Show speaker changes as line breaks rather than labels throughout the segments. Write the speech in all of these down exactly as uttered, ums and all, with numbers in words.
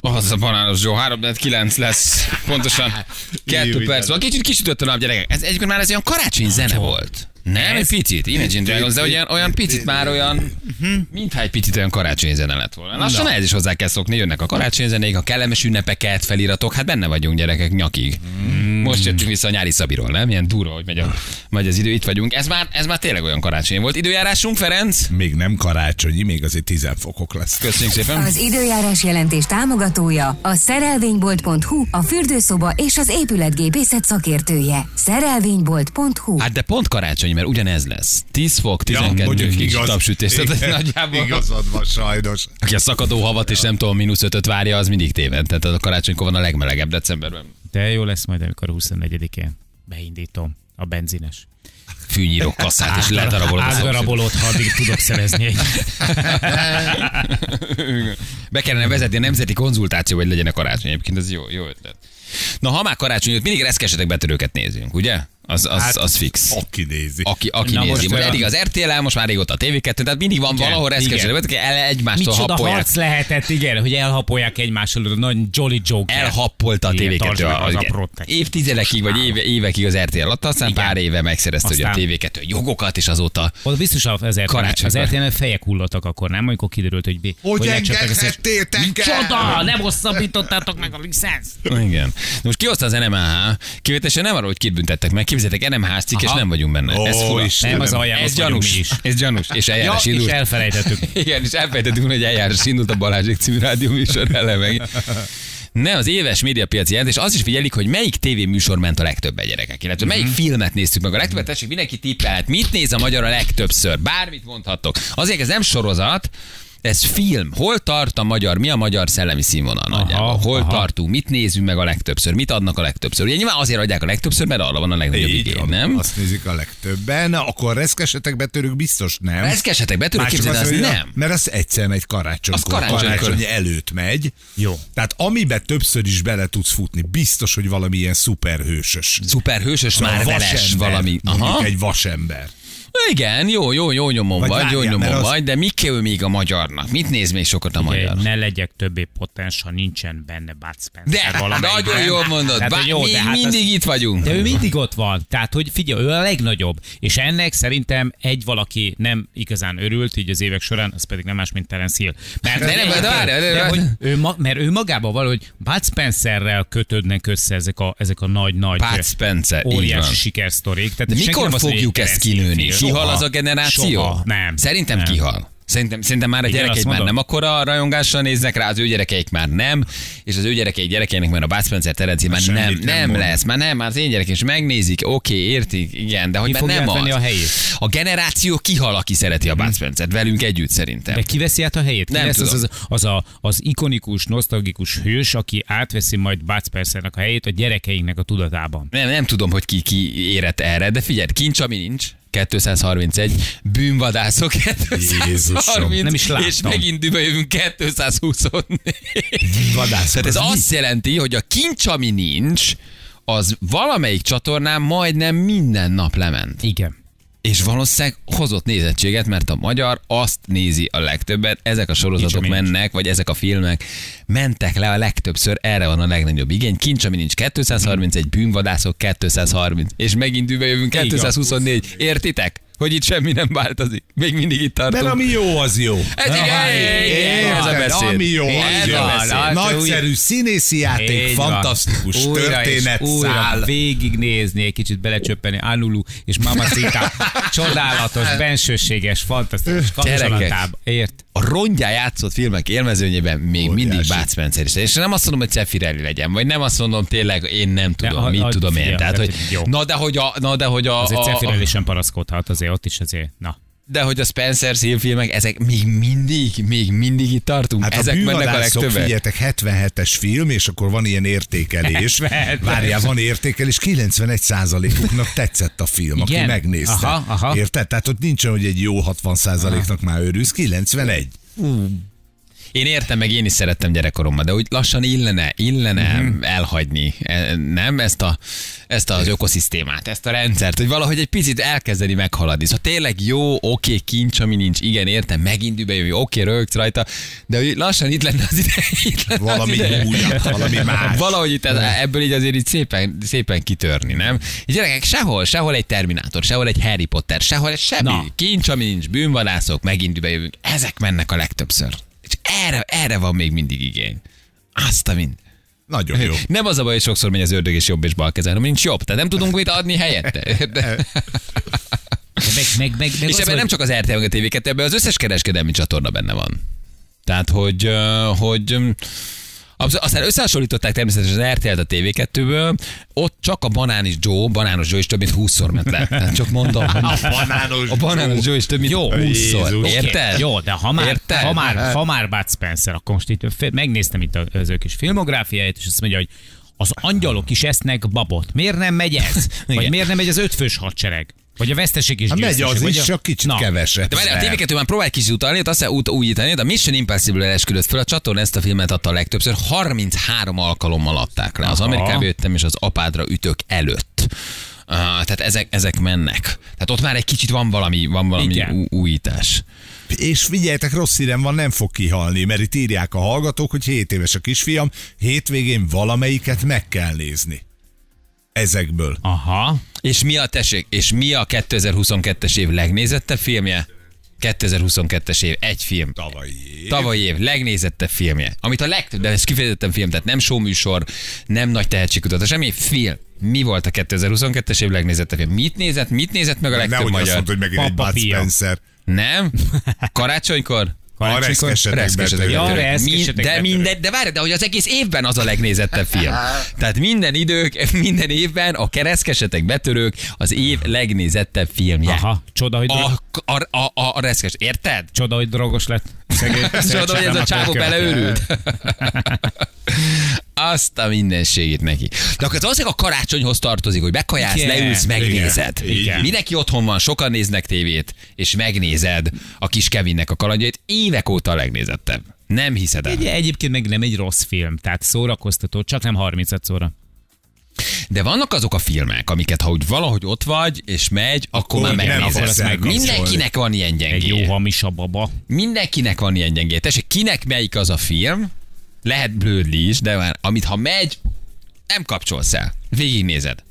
Az a banános Joe, három kilenc lesz, pontosan kettő perc van. Kicsit kisütött a nap, gyerekek. Ez egyébként már ez olyan karácsony zene volt. Nem, egy picit, Imagine Dragons, de olyan, olyan picit már olyan, mintha egy picit olyan karácsonyi zene lett volna. Lassan ehhez is hozzá kell szokni, jönnek a karácsonyi zenék, a kellemes ünnepeket, feliratok, hát benne vagyunk gyerekek nyakig. Most jöttünk vissza a nyári Szabiról, nem? Ilyen durva, hogy megy, a, megy az idő, itt vagyunk. Ez már, ez már tényleg olyan karácsonyi volt. Időjárásunk, Ferenc?
Még nem karácsonyi, még azért tíz fokok lesz.
Köszönjük szépen.
Az időjárás jelentés támogatója a szerelvénybolt pont hu, a fürdőszoba és az épületgépészet szakértője. szerelvénybolt pont hu.
Hát de pont karácsony, mert ugyanez lesz. tíz fok, tizenkettő ja, kis tapsütés. Nagyjából.
Igazad van sajnos.
Aki a szakadó havat és nem tudom, mínusz ötöt várja, az mindig téved. Tehát a karácsonykor van a legmelegebb decemberben.
De jó lesz majd, amikor huszonnegyedikén beindítom a benzines.
Fűnyírok kasszát és ledarabolod.
Átdarabolod, ha addig tudok szerezni egy.
Be kellene vezetni a nemzeti konzultáció, hogy legyen a karácsony. Egyébként ez jó, jó ötlet. Na, ha már karácsony, mindig reszkesetek betörőket nézünk, ugye? Az, az, hát, az fix.
Aki nézi.
Aki, aki nézi. Most most eddig az er té el, most már régóta a té vé kettő, tehát mindig van igen, valahol reszkesetek, el egymástól
micsoda
happolják.
harc lehetett, igen, hogy elhappolják egymástól, nagy Jolly Joker.
Elhappolta a té vé kettő. Évtizedekig vagy éve, évekig az er té el adta, aztán igen. Pár éve megszerezte aztán... a té vé kettő jogokat, és azóta
ott biztos az er té el, az er té el fejek hullottak akkor, nem? Amikor kiderült, hogy... B,
hogy engedhettétek el?
Micsoda, nem hosszabbítottátok meg a licenszt.
Igen. Most kihozta az en em há, kivételesen nem arról, hogy kit büntettek meg, képzeljétek, en em há cikk, és nem vagyunk benne.
Oh,
ez
is
nem az alján,
ez gyanús.
Is.
Ez gyanús. És eljárás
ja,
indult.
És elfelejtettük.
Igen, és elfelejtettük, hogy eljárás indult a Balázsék című rádióműsor ellen. Ne, az éves médiapiaci jelentés, az is figyelik, hogy melyik tévéműsor ment a legtöbben gyerekek, illetve melyik mm-hmm. filmet néztük meg a legtöbbet, tessék, mindenki tippelhet, mit néz a magyar a legtöbbször, bármit mondhattok. Azért ez nem sorozat, ez film. Hol tart a magyar, mi a magyar szellemi színvonal nagyjából? Hol aha. tartunk, mit nézünk meg a legtöbbször, mit adnak a legtöbbször? Ugye nyilván azért adják a legtöbbször, mert arra van a legnagyobb igény, nem?
Azt nézik a legtöbben, akkor reszkesetek betörők biztos nem.
Reszkesetek betörők, képzeld, az nem.
Mert az egyszer megy karácsonykor,
az
karácsony előtt megy.
Jó.
Tehát amiben többször is bele tudsz futni, biztos, hogy valami ilyen szuperhősös.
Szuperhősös, már veles valami.
Mondjuk egy vasember.
Igen, jó, jó, jó nyomon vagy, vagy jó nyomon az... vagy, de mi kell még a magyarnak? Mit néz még sokat a
igen,
magyar?
Ne legyek többé potens, ha nincsen benne Bud Spencer.
De, nagyon jól mondod, tehát, Bá, jó, mi hát mindig az... itt vagyunk.
De ő mindig ott van, tehát hogy figyelj, ő a legnagyobb, és ennek szerintem egy valaki nem igazán örült így az évek során, az pedig nem más, mint Terence Hill. Mert,
de nem, de, de, de, de,
hogy ő ma, mert ő magában valahogy Bud Spencerrel kötődnek össze ezek a, ezek a nagy-nagy
Bud Spencer,
óriási sikersztorék.
Mikor fogjuk ezt kinőni? Kihal az a generáció?
Soha. Nem.
Szerintem nem. Kihal. Szerintem, szerintem már a igen, gyerekeik már nem akkora rajongással néznek rá, az ő gyerekeik már nem, és az ő gyerekeik gyerekeinek már a Bud Spencer Terence már nem, nem, nem lesz, már nem, már az én gyerek is megnézik, oké, okay, értik, igen, de hogy már nem az.
A, helyét?
A generáció kihal, aki szereti a Bud Spencert, velünk együtt szerintem.
De ki veszi át a helyét? Ki
nem
lesz
tudom.
az, az, az, a, az ikonikus, nosztalgikus hős, aki átveszi majd Bud Spencernek a helyét a gyerekeinknek a tudatában?
Nem, nem tudom, hogy ki, ki érett erre, de figyelj, kincs, ami nincs. kétszázharmincegy, bűnvadászok kétszázharminc, nem is láttam. És megint dübe jövünk kétszázhuszonnégy. Tehát ez mi? Azt jelenti, hogy a kincs, ami nincs, az valamelyik csatornán majdnem minden nap lement.
Igen.
És valószínűleg hozott nézettséget, mert a magyar azt nézi a legtöbbet, ezek a sorozatok mennek, vagy ezek a filmek mentek le a legtöbbször, erre van a legnagyobb igény. Kincs, ami nincs kétszázharmincegy, bűnvadászok kétszázharminc, és megint dübe jövünk kétszázhuszonnégy. Értitek? Hogy itt semmi nem változik. Még mindig itt tartunk.
Mert ami jó, az jó.
Ez igen, ez a beszéd.
Ami jó, az jó. Nagyszerű színészi játék, fantasztikus történetszál.
Végignézni, egy kicsit belecsöppeni Anulu és Mamacita. Csodálatos, bensőséges, fantasztikus kapcsolatába. Ért?
A rongyá játszott filmek élmezőnyében még oh, mindig Bud Spencer is. És nem azt mondom, hogy Cefirelli legyen, vagy nem azt mondom tényleg, én nem tudom, de, mit a, tudom én. Tehát, hogy, na de hogy a... Na, de, hogy a
azért Cefirelli
a,
sem paraszkodhat, azért ott is azért, na.
De hogy a Spencer Hill filmek, ezek még mindig, még mindig itt tartunk.
Hát
ezek mennek a legtöbbet.
Figyeljetek, hetvenhetes film, és akkor van ilyen értékelés. Várjál, van értékelés, kilencvenegy százalékuknak tetszett a film, igen? Aki megnézte.
Aha, aha.
Érted? Tehát ott nincsen, hogy egy jó hatvan százaléknak már örülsz, kilencvenegy.
Uh.
Én értem, meg én is szerettem gyerekkoromban, de úgy lassan illene, illene mm-hmm. elhagyni, nem? Ezt, a, ezt az ökoszisztémát, ezt a rendszert, hogy valahogy egy picit elkezdeni meghaladni. Szóval tényleg jó, oké, kincs, ami nincs, igen, értem, megint jön, oké, rögtsz rajta, de hogy lassan itt lenne az ide, itt lenne
valami
az ide.
újabb, valami más.
Valahogy itt ebből így azért így szépen, szépen kitörni, nem? És gyerekek, sehol, sehol egy Terminátor, sehol egy Harry Potter, sehol egy semmi. Na. Kincs, ami nincs, bűnvadászok, megint bejövünk. Ezek mennek a legtöbbször. És erre, erre van még mindig igény. Azt a mind.
Nagyon jó.
Nem az a baj, hogy sokszor megy az ördög és jobb és bal kezen, hanem nincs jobb. Tehát nem tudunk mit adni helyette.
Meg, meg, meg, meg
és ebben
hogy...
nem csak az er té el, meg a té vé kettő, ebben az összes kereskedelmi csatorna benne van. Tehát, hogy, hogy aztán összehasonlították természetesen az er té el-t a té vé kettőből, ott csak a Banánis Joe, Banános Joe is több mint húszszor ment le. Tehát csak mondom, hogy
a Banános,
a Banános Joe is több mint jó, húszszor. Érted?
Okay. Jó, de ha már, ha már, ha már Bud Spencer, akkor most itt megnéztem itt az ő kis filmográfiáját, és azt mondja, hogy az angyalok is esznek babot. Miért nem megy ez? Vagy miért nem megy az ötfős hadsereg? Vagy a veszteség is
győzteség. Megy az
vagy
is,
a...
csak kicsit
Na.
kevesebb.
De várj, a té vé kettő már próbál kicsit utalni, azt hiszem út újítani, de a Mission Impossible esküdött föl, a csatorna ezt a filmet adta a legtöbbször, harminchárom alkalommal adták le. Az
Aha.
Amerikába jöttem, és az apádra ütök előtt. Uh, tehát ezek, ezek mennek. Tehát ott már egy kicsit van valami, van valami ú- újítás.
És figyeljetek, rossz hírem van, nem fog kihalni, mert itt írják a hallgatók, hogy hét éves a kisfiam, hétvégén valamelyiket meg kell nézni. Ezekből.
Aha.
És mi a tessék, és mi a kétezer-huszonkettes év legnézettebb filmje? kétezer-huszonkettes év, egy film.
Tavalyi év.
Tavalyi év legnézettebb filmje. Amit a legtöbb, de ez kifejezetten film, tehát nem showműsor, nem nagy tehetségkutatás, semmi film. Mi volt a kétezer-huszonkettes év legnézettebb film? Mit nézett, mit nézett meg a legtöbb
Nehogy
magyar?
azt mondta, hogy megint egy Bud Spencer.
Nem? Karácsonykor?
A reszkesetek
Ja,
reszkesetek
de minden, de várj, de hogy az egész évben az a legnézettebb film. Tehát minden idők, minden évben a kereszkesetek betörők az év legnézettebb filmje.
Aha, csoda, hogy
a, a, a, a, a reszkes, érted?
Csoda, hogy drogos lett. Szegény,
csoda, hogy ez a csávó beleőrült. Azt a mindenségét neki. De akkor ez valószínűleg a karácsonyhoz tartozik, hogy bekajálsz, igen, leülsz, megnézed. Igen, igen. Mindenki otthon van, sokan néznek tévét, és megnézed a kis Kevinnek a kalandjait. Évek óta a legnézettebb. Nem hiszed el.
Egy, egyébként meg nem egy rossz film, tehát szórakoztató, csak nem harmincadszorra.
De vannak azok a filmek, amiket ha úgy valahogy ott vagy, és megy, akkor, akkor már megnézed. Mindenkinek van ilyen gyengéje.
Egy jó hamis a baba.
Mindenkinek van ilyen gyengéje. Tessék, kinek melyik az a film? Lehet blödli is, de már amit ha megy, nem kapcsolsz el. Végignézed.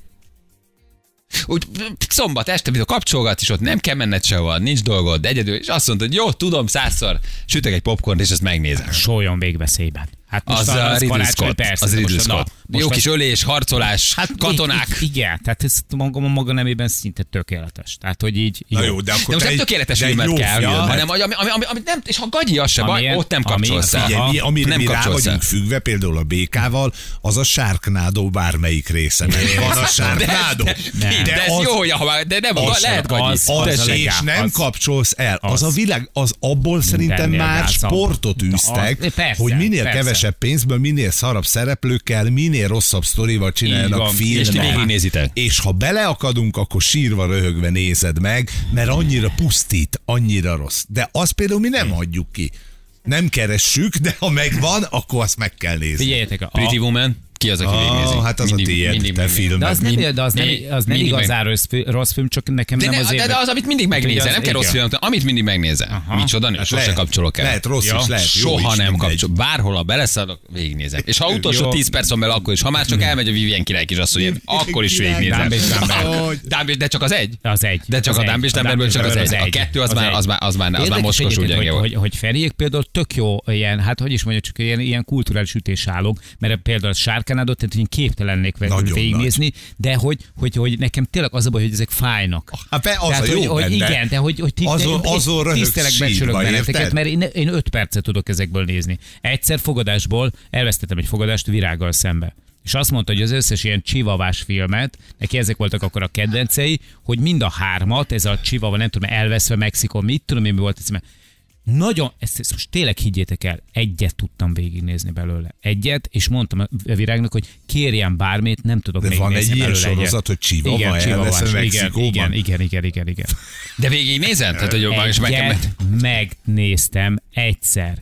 Úgy szombat este, mint a kapcsolgatsz, és ott nem kell menned sehova, nincs dolgod, de egyedül, és azt mondod, hogy jó, tudom, százszor, sütök egy popcorn, és ezt megnézem.
Sóljon végveszélyben. Hát most
az
az,
a
az
Ridley Scott.
Persze,
az Ridley Scott. Jó
vagy...
kis ölés, harcolás, hát katonák.
I- igen, tehát ez maga, maga nemében szinte tökéletes. Tehát, hogy így...
Na
jó,
jó, de, akkor
de most nem tökéletes filmet kell,
film,
hanem ami, ami, ami, ami nem, és ha gagyi, az se baj, ott nem kapcsolsz el.
Figyelj, mi, amire mi rá vagyunk függve, például a békával, az a Sharknado bármelyik része. Van a Sharknado.
De, de, de ez jó, hogy de nem, lehet gagyi.
És nem kapcsolsz el. Az a világ, az abból szerintem már sportot űztek, hogy minél kevesebb pénzből, minél szarabb szereplőkkel, minél rosszabb sztorival csinálnak filmet. És ha beleakadunk, akkor sírva röhögve nézed meg, mert annyira pusztít, annyira rossz. De azt például mi nem hagyjuk ki. Nem keressük, de ha megvan, akkor azt meg kell nézni.
Figyeljetek, a...
Pretty Woman. Ki az, aki
ah,
végignézi?
Hát az mindig, a tiéd, te film.
De az nem, de az nem, az nem igazán rossz, rossz film, csak nekem
de
nem
ne,
azért...
De az, amit mindig megnézel, nem kell rossz film, amit mindig megnézel.
Aha.
Micsoda,
hát
sose
lehet,
kapcsolok el.
Lehet rossz ja. is, lehet jó
Soha
is,
nem
mindegy.
kapcsol. Bárhol a beleszállok, végignézem. És ha utolsó tíz percon belül, akkor is. Ha már csak elmegy a Vivian király kisasszony, akkor is végignézem. De csak az egy?
Az egy.
De csak a Dumb és Dumberből csak az egy. A kettő az már az már az már az már mocskos úgy gyenge volt.
Hogy Feriék például tök jó ilyen, hát hogy is mondjuk, csak ilyen ilyen kulturális ütésállók, mert például a Sharknado, tehát én képtelen lennék végignézni, nagy. de hogy, hogy, hogy nekem tényleg az a baj, hogy ezek fájnak.
Hát be, az
tehát,
a jó
hogy,
benne.
hogy igen, de hogy, hogy
azon, azon
tisztelek, becsülök benneteket, mert én, én öt percet tudok ezekből nézni. Egyszer fogadásból elvesztettem egy fogadást Virággal szembe. És azt mondta, hogy az összes ilyen csivavás filmet, neki ezek voltak akkor a kedvencei, hogy mind a hármat, ez a csivava, nem tudom, elveszve Mexikó, mit tudom én, mi volt ez, mert nagyon, ezt, ezt most tényleg higgyétek el, egyet tudtam végignézni belőle. Egyet, és mondtam a Virágnak, hogy kérjen bármit, nem tudok
de
még
van
nézni
egy ilyen
belőle
sorozat,
egyet.
hogy csivava
igen,
elveszve Mexikóban?
Igen, igen, igen, igen, igen, igen.
De végignézed? Tehát, hogy
egyet megnéztem egyszer.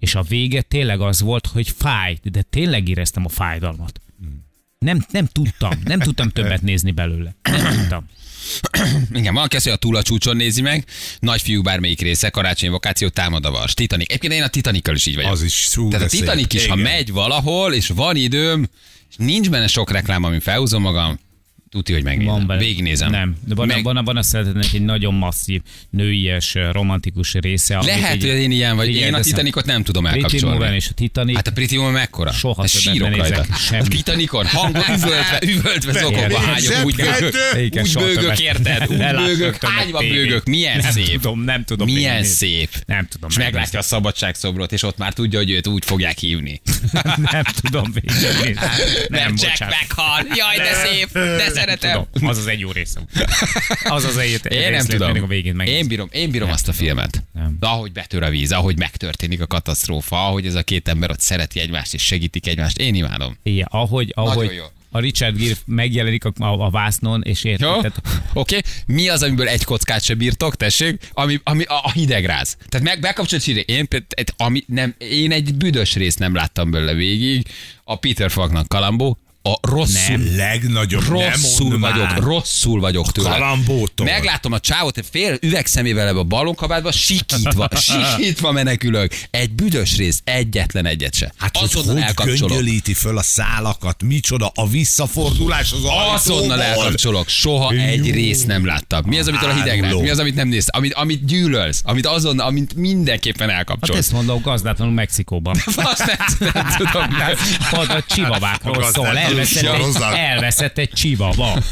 És a vége tényleg az volt, hogy fáj, de tényleg éreztem a fájdalmat. Nem, nem tudtam, nem tudtam többet nézni belőle. Nem tudtam.
Igen, valaki azt, hogy a túl a csúcson nézi meg, nagyfiú bármelyik része, karácsonyi vakáció, támad a vas. Titanic. Egyébként én a Titanical is így vagyok.
Az is szó.
Tehát a Titanic is, ha megy valahol, és van időm, és nincs benne sok reklám, amin felhúzom magam, tuti, hogy megnézem. Végignézem.
Nem, de van, Meg... van, van a szeretetnek egy nagyon masszív, nőies, romantikus része.
Lehet, hogy én ilyen vagy. Én a Titanicot nem tudom elkapcsolni.
És a Titanic...
Hát a Pretty Woman mekkora?
Soha
sírok rajta. A Titanicon hangban üvöltve, üvöltve zokogva hányok, úgy bőgök, úgy bőgök, érted? Úgy bőgök, hányva bőgök. Milyen szép.
Nem tudom.
Milyen szép.
Nem tudom.
És meglátja a szabadságszobrot, és ott már tudja, hogy őt úgy fogják hívni.
Nem tudom végignézni.
Nem, Jack meghal. Jaj, de szép, de szeretem.
Az az egy jó részem. Az az egy
Én nem tudom. A végén én bírom, én bírom azt a filmet. Nem. De ahogy betör a víz, ahogy megtörténik a katasztrófa, ahogy ez a két ember ott szereti egymást és segítik egymást. Én imádom.
Igen, ahogy, ahogy a Richard Gere megjelenik a, a, a vásznon, és érted.
Oké, okay. Mi az, amiből egy kockát se bírtok, tessék? Ami, ami a, a hidegráz. Tehát meg, bekapcsolt hideg. Én, ami, nem, én egy büdös részt nem láttam belőle végig. A Peter Falknak Kalambó. A rosszul,
nem, legnagyobb,
rosszul
nem
vagyok,
már.
rosszul vagyok tőle.
Kalambótól.
Meglátom a csávot, fél üvegszemével ebbe a ballonkabátba, sikítva, sikítva menekülök. Egy büdös rész, egyetlen egyet se.
Hát azonnal hogy göngyölíti föl a szálakat, micsoda a visszafordulás az ajtóból.
Azonnal elkapcsolok, soha egy rész nem láttam. Mi az, amit a hidegre? Mi az, amit nem nézsz? Amit, amit gyűlölsz, amit azonnal, amit mindenképpen elkapcsolsz.
Hát ezt mondom gazdátlanul Mexikóban.
Azt nem, nem tudom.
Pont a csivavákról szól. Elveszett egy, elveszett egy csivava.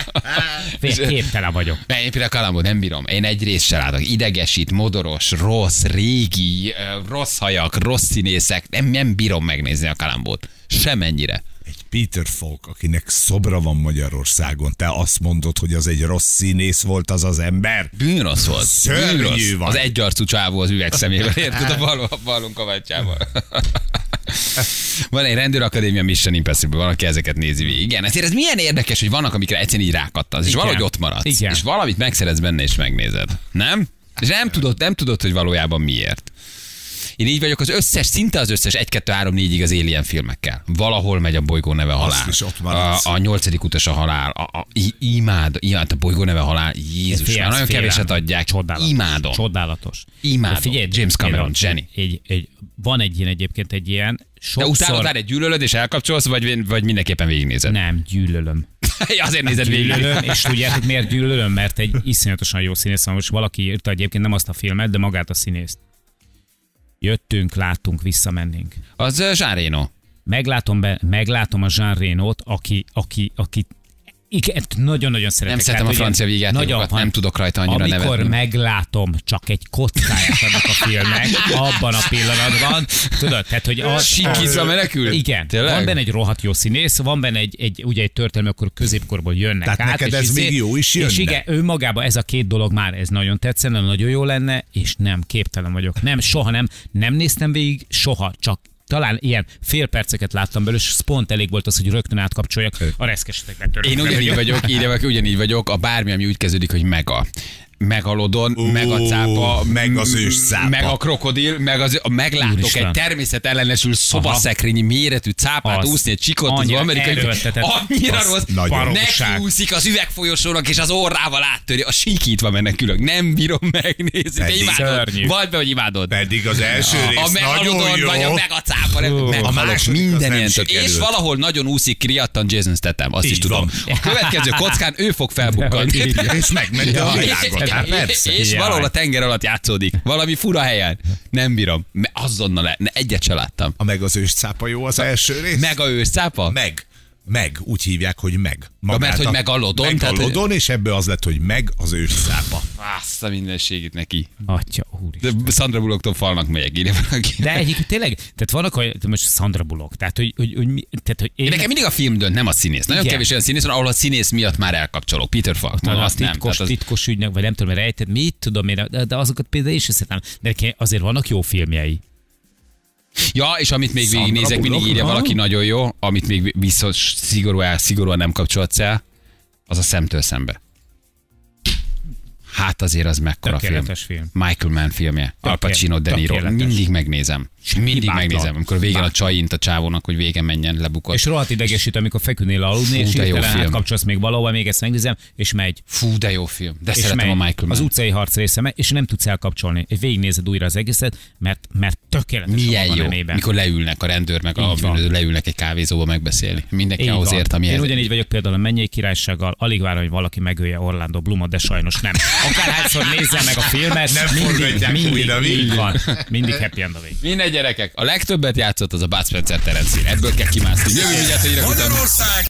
Képtelen vagyok.
Én például Kalambót nem bírom. Én egy részt se látok. Idegesít, modoros, rossz, régi, rossz hajak, rossz színészek. Nem, nem bírom megnézni a Kalambót. Semennyire.
Egy Peter Falk, akinek szobra van Magyarországon. Te azt mondod, hogy az egy rossz színész volt az az ember?
Bűnrossz volt.
Bűnrossz.
Az egyarcú csávó az üvegszemével. Érted a ballon, a ballon kabátjával. Van egy rendőrakadémia Mission Impossible, van, aki ezeket nézi végig. Igen, ezért ez milyen érdekes, hogy vannak, amikre egyszerűen így rákattansz, és valahogy ott maradsz. Igen. És valamit megszeretsz benne, és megnézed. Nem? És nem tudod, nem tudod, hogy valójában miért. Én így vagyok az összes, szinte az összes egy kettő három négyig az Alien filmekkel. Valahol megy a bolygó neve halál. A, a nyolcadik utas a halál. A, a, imád, imád, a bolygó neve halál. Jézus, félsz, nagyon félem. Keveset adják.
Csodálatos.
Imádom.
Csodálatos.
Imádom. Figyelj, James Cameron, Jenny.
Egy, egy, van egy ilyen egyébként egy ilyen.
Sokszor... De utálod egy gyűlölöd és elkapcsolsz, vagy, vagy mindenképpen végignézed?
Nem, gyűlölöm.
Azért nézed végig.
Gyűlölöm, és tudjátok miért gyűlölöm? Mert egy iszonyatosan jó színész van. Most valaki írta egyébként nem azt a filmet, de magát a színészt. Jöttünk, láttunk, visszamennénk.
Az Jean Reno.
Meglátom, be, meglátom a Jean Renót, aki, aki, aki igen, nagyon-nagyon szeretek.
Nem szeretem hát, a francia vígjátékokat, nem tudok rajta annyira
amikor
nevetni.
Amikor meglátom csak egy kockáját annak a filmnek, abban a pillanatban, tudod, tehát, hogy az...
Sikizva menekül?
Igen. Tényleg? Van benne egy rohadt jó színész, van benne egy, egy, ugye egy történelmi, akkor középkorból jönnek
tehát
át.
neked ez még jó is jönne.
És igen, önmagában ez a két dolog már, ez nagyon tetszene, nagyon jó lenne, és nem, képtelen vagyok. Nem, soha nem, nem néztem végig, soha, csak talán ilyen fél perceket láttam belőle, és pont elég volt az, hogy rögtön átkapcsoljak a reszkeseteknek.
Én ugyanígy vagyok, írja, ugyanígy vagyok, a bármi, ami úgy kezdődik, hogy mega. Megalodon, uh, meg a cápa,
meg az őscápa,
meg a krokodil, meg az, a meglátok Úristen. Egy természetellenesül szobaszekrényi méretű cápát az úszni, egy csikot, az amerikai, annyira rossz, nekiúszik az üvegfolyosónak, és az orrával áttöri, a sikítva menekülök, nem bírom megnézni, de imádod, vagy be, hogy imádod.
Pedig az első rész
a megalodon, vagy a megacápa, uh, a másik minden ilyen tört. És valahol nagyon úszik riadtan Jason Statham, azt is tudom. A következő kockán ő fog felbukkanni.
És megmegy a világot. Hát persze.
És
Jaj.
valahol a tenger alatt játszódik. Valami fura helyen. Nem bírom. Azonnal le. Ne, egyet se láttam.
A meg az őscápa jó az első rész?
Meg a őscápa?
Meg. Meg. Úgy hívják, hogy meg.
Magát mert hogy megalodon.
Megalodon, hogy... és ebből az lett, hogy meg az őscápa.
Azt a mindenségét neki.
Atya, úristen.
De Sandra Bullocktól falnak megyek, írja valaki.
De egyébként tényleg, tehát vannak, hogy most Sandra Bullock, tehát hogy, hogy, hogy, tehát, hogy én...
Nekem mindig a film dönt, nem a színész. Nagyon igen. Kevés olyan színész van, ahol a színész miatt már elkapcsolok. Peter Falk.
Na, az titkos, az... titkos ügynek, vagy nem tudom, rejted, mit tudom én, de, de azokat például én sem szeretem. De azért vannak jó filmjei.
Ja, és amit még végignézek, mindig írja valaki nagyon jó, amit még biztos szigorúan, szigorúan nem kapcsolhatsz el, az a Szemtől szembe. Hát azért az mekkora film.
film.
Michael Mann filmje. Al Pacino, De Niro. Mindig megnézem. Mindig Hibátlan. megnézem. Amikor végén a csajint a csávónak, hogy végen menjen, lebukott.
És rohadt idegesít, amikor feküdnél aludni, és hirtelen átkapcsolsz még valahol, még ezt megnézem, és megy.
Fú, de jó film. De és szeretem megy. a Michael Mann.
Az utcai harc része megy, és nem tudsz elkapcsolni. És végignézed újra az egészet, mert, mert tökéletes.
Milyen jó, mikor leülnek a rendőr, meg a bűnöző, leülnek egy kávézóba megbeszélni. Mindenki ahhoz ért, ami
Én ugyanígy vagyok például a Mennyei Királysággal, alig várom, hogy valaki megölje Orlando Bloomot, de sajnos nem. Akárhányszor nézzem meg a filmet, nem mindig, mindig, mindig van. Mindig happy end a vég.
Minden gyerekek, a legtöbbet játszott az a Bud Spencer Terence Hill. Ebből kell kimászni. Jövő vigyázat, hogy